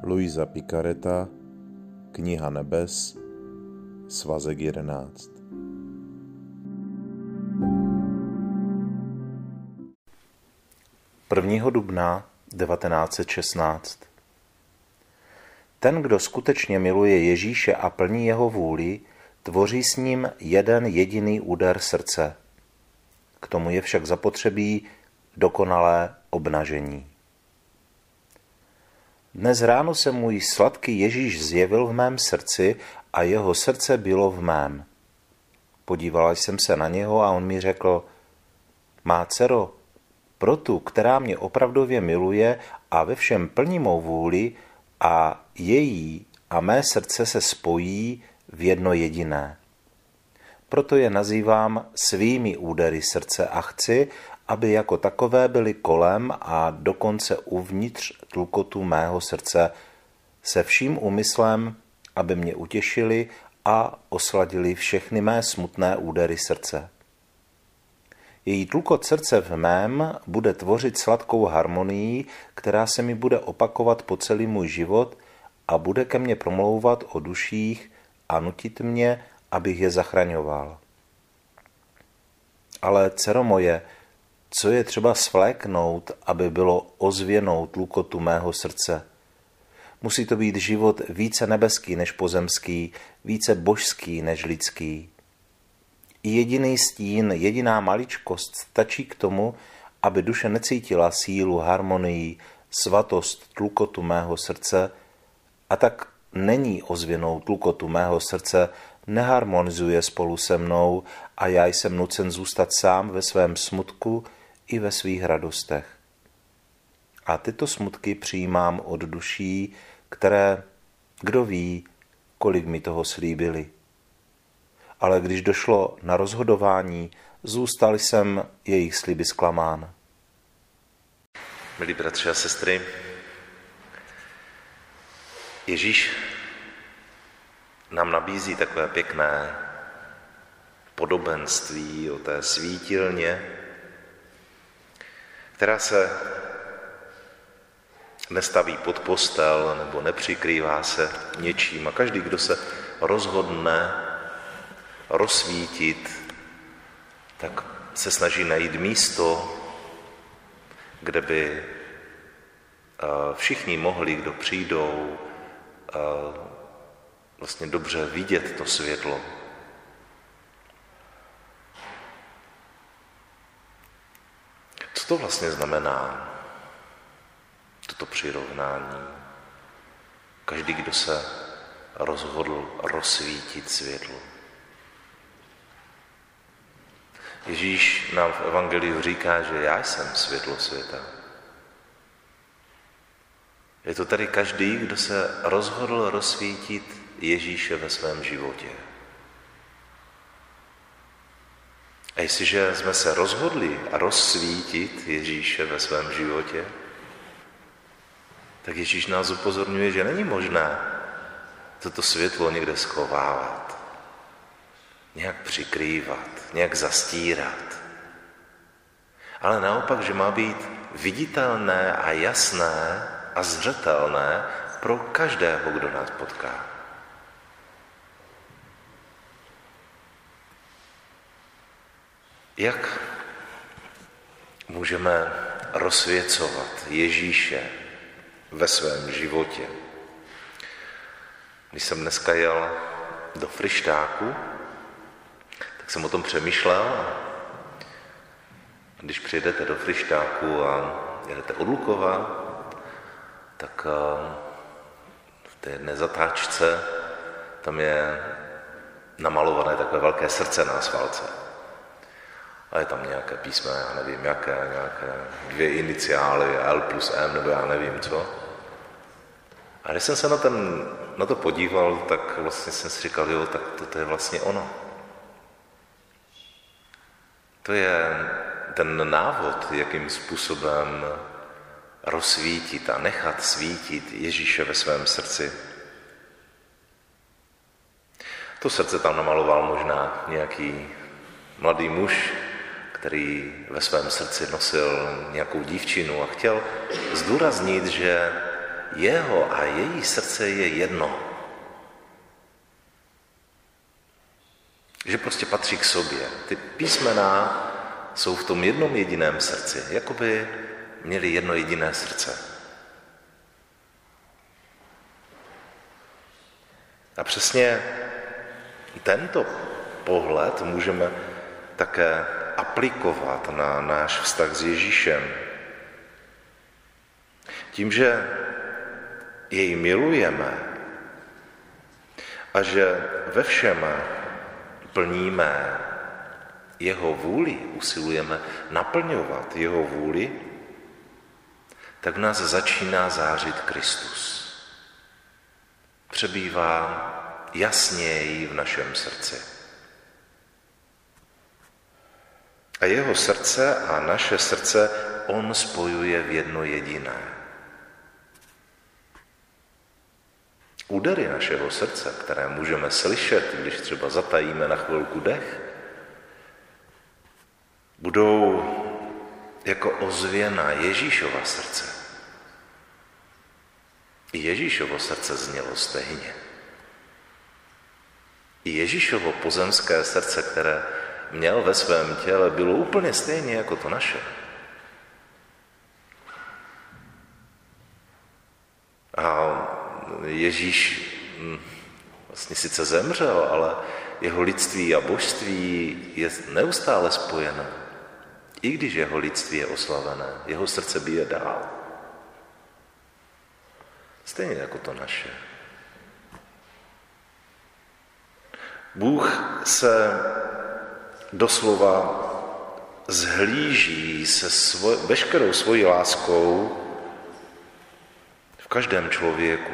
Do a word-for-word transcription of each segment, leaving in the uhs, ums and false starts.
Luisa Picareta, Kniha nebes, svazek jedenáct. prvního dubna devatenáct set šestnáct. Ten, kdo skutečně miluje Ježíše a plní jeho vůli, tvoří s ním jeden jediný úder srdce. K tomu je však zapotřebí dokonalé obnažení. Dnes ráno se můj sladký Ježíš zjevil v mém srdci a jeho srdce bylo v mém. Podívala jsem se na něho a on mi řekl: Má dcero, pro tu, která mě opravdově miluje a ve všem plní mou vůli, a její a mé srdce se spojí v jedno jediné. Proto je nazývám svými údery srdce a chci, aby jako takové byly kolem a dokonce uvnitř tlukotu mého srdce se vším úmyslem, aby mě utěšili a osladili všechny mé smutné údery srdce. Její tlukot srdce v mém bude tvořit sladkou harmonii, která se mi bude opakovat po celý můj život a bude ke mně promlouvat o duších a nutit mě, abych je zachraňoval. Ale dcero moje, co je třeba svléknout, aby bylo ozvěnou tlukotu mého srdce? Musí to být život více nebeský než pozemský, více božský než lidský. I jediný stín, jediná maličkost stačí k tomu, aby duše necítila sílu, harmonii, svatost tlukotu mého srdce, a tak není ozvěnou tlukotu mého srdce, neharmonizuje spolu se mnou a já jsem nucen zůstat sám ve svém smutku i ve svých radostech. A tyto smutky přijímám od duší, které, kdo ví, kolik mi toho slíbili. Ale když došlo na rozhodování, zůstal jsem jejich sliby zklamán. Milí bratři a sestry, Ježíš nám nabízí takové pěkné podobenství o té svítilně, která se nestaví pod postel nebo nepřikrývá se něčím. A každý, kdo se rozhodne rozsvítit, tak se snaží najít místo, kde by všichni mohli, kdo přijdou, vlastně dobře vidět to světlo. Co to vlastně znamená, toto přirovnání? Každý, kdo se rozhodl rozsvítit světlo. Ježíš nám v evangeliu říká, že já jsem světlo světa. Je to tady každý, kdo se rozhodl rozsvítit Ježíše ve svém životě. A jestliže jsme se rozhodli rozsvítit Ježíše ve svém životě, tak Ježíš nás upozorňuje, že není možné toto světlo někde schovávat, nějak přikrývat, nějak zastírat. Ale naopak, že má být viditelné a jasné a zřetelné pro každého, kdo nás potká. Jak můžeme rozsvěcovat Ježíše ve svém životě? Když jsem dneska jel do Fryštáku, tak jsem o tom přemýšlel. Když přijedete do Fryštáku a jedete od Lukova, tak v té jedné zatáčce tam je namalované takové velké srdce na asfaltce. A je tam nějaké písmo, já nevím jaké, nějaké dvě iniciály, L plus M, nebo já nevím co. A když jsem se na, ten, na to podíval, tak vlastně jsem si říkal, jo, tak to, to je vlastně ono. To je ten návod, jakým způsobem rozsvítit a nechat svítit Ježíše ve svém srdci. To srdce tam namaloval možná nějaký mladý muž, který ve svém srdci nosil nějakou dívčinu a chtěl zdůraznit, že jeho a její srdce je jedno. Že prostě patří k sobě. Ty písmena jsou v tom jednom jediném srdci, jako by měli jedno jediné srdce. A přesně tento pohled můžeme také aplikovat na náš vztah s Ježíšem. Tím, že jej milujeme a že ve všem plníme jeho vůli, usilujeme naplňovat jeho vůli, tak v nás začíná zářit Kristus. Přebývá jasněji v našem srdci. A jeho srdce a naše srdce on spojuje v jedno jediné. Údery našeho srdce, které můžeme slyšet, když třeba zatajíme na chvilku dech, budou jako ozvěna Ježíšova srdce. I Ježíšovo srdce znělo stejně. I Ježíšovo pozemské srdce, které měl ve svém těle, bylo úplně stejně jako to naše. A Ježíš vlastně sice zemřel, ale jeho lidství a božství je neustále spojené. I když jeho lidství je oslavené, jeho srdce bije dál. Stejně jako to naše. Bůh se doslova zhlíží se svoj, veškerou svojí láskou v každém člověku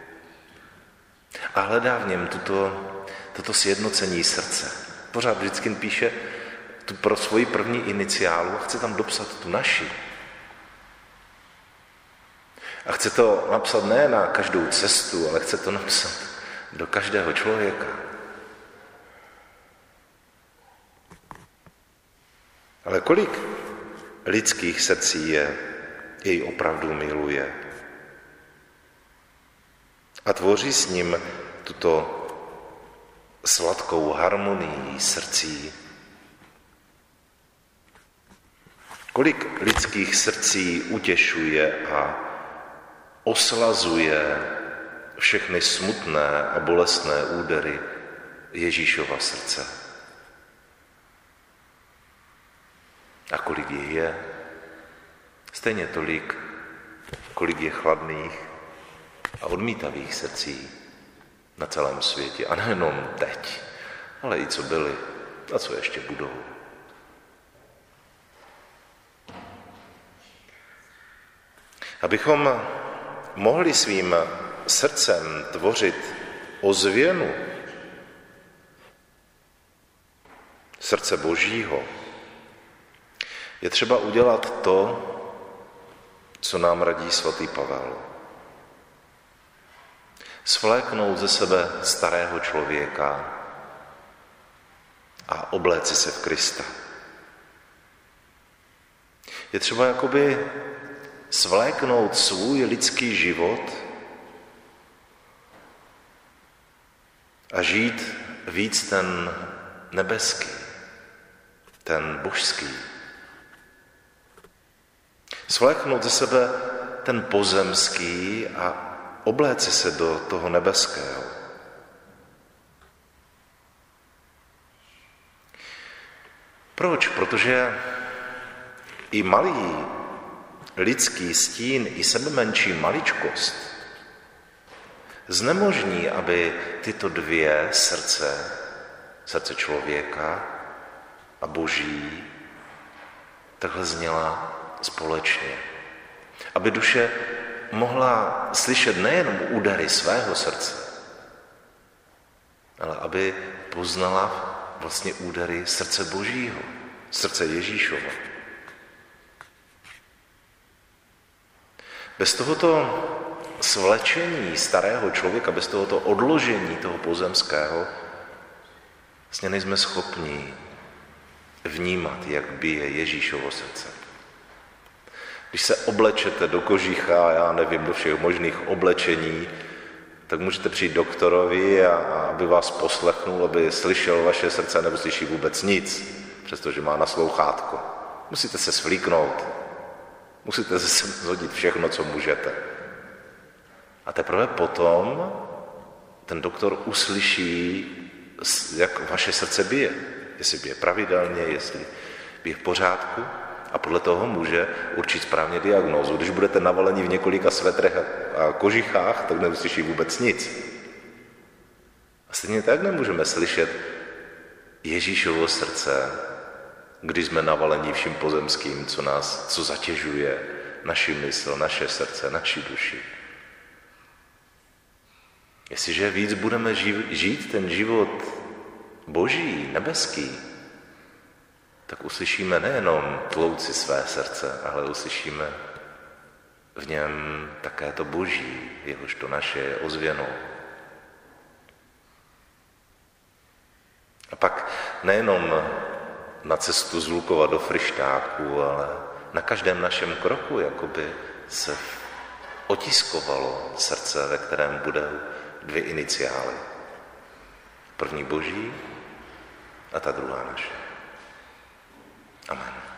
a hledá v něm tuto, toto sjednocení srdce. Pořád vždycky píše tu pro svoji první iniciálu a chce tam dopsat tu naši. A chce to napsat ne na každou cestu, ale chce to napsat do každého člověka. Ale kolik lidských srdcí je, jej opravdu miluje a tvoří s ním tuto sladkou harmonii srdcí. Kolik lidských srdcí utěšuje a oslazuje všechny smutné a bolestné údery Ježíšova srdce. A kolik jich je? Stejně tolik, kolik je chladných a odmítavých srdcí na celém světě. A nejenom teď, ale i co byli a co ještě budou. Abychom mohli svým srdcem tvořit ozvěnu srdce Božího, je třeba udělat to, co nám radí svatý Pavel. Svléknout ze sebe starého člověka a obléci se v Krista. Je třeba jakoby svléknout svůj lidský život a žít víc ten nebeský, ten božský. Svléknout ze sebe ten pozemský a obléci se do toho nebeského. Proč? Protože i malý lidský stín, i sebemenší maličkost znemožní, aby tyto dvě srdce, srdce člověka a Boží, takhle zněla společně. Aby duše mohla slyšet nejenom údery svého srdce, ale aby poznala vlastně údery srdce Božího, srdce Ježíšova. Bez tohoto svlečení starého člověka, bez tohoto odložení toho pozemského, vlastně nejsme schopni vnímat, jak bije Ježíšovo srdce. Když se oblečete do kožicha, já nevím, do všech možných oblečení, tak můžete přijít doktorovi a, a aby vás poslechnul, aby slyšel vaše srdce, nebo slyší vůbec nic, přestože má naslouchátko. Musíte se svlíknout, musíte se zhodit všechno, co můžete. A teprve potom ten doktor uslyší, jak vaše srdce bije. Jestli bije pravidelně, jestli bije v pořádku. A podle toho může určit správně diagnózu. Když budete navaleni v několika svetrech a kožichách, tak neuslyší vůbec nic. A stejně tak nemůžeme slyšet Ježíšovo srdce, když jsme navaleni vším pozemským, co nás, co zatěžuje naši mysl, naše srdce, naši duši. Jestliže víc budeme žít ten život boží, nebeský, tak uslyšíme nejenom tlouci své srdce, ale uslyšíme v něm také to boží, jehož to naše je ozvěnou. A pak nejenom na cestu z Lukova do Fryštáku, ale na každém našem kroku jakoby se otiskovalo srdce, ve kterém budou dvě iniciály. První boží a ta druhá naše. Amen.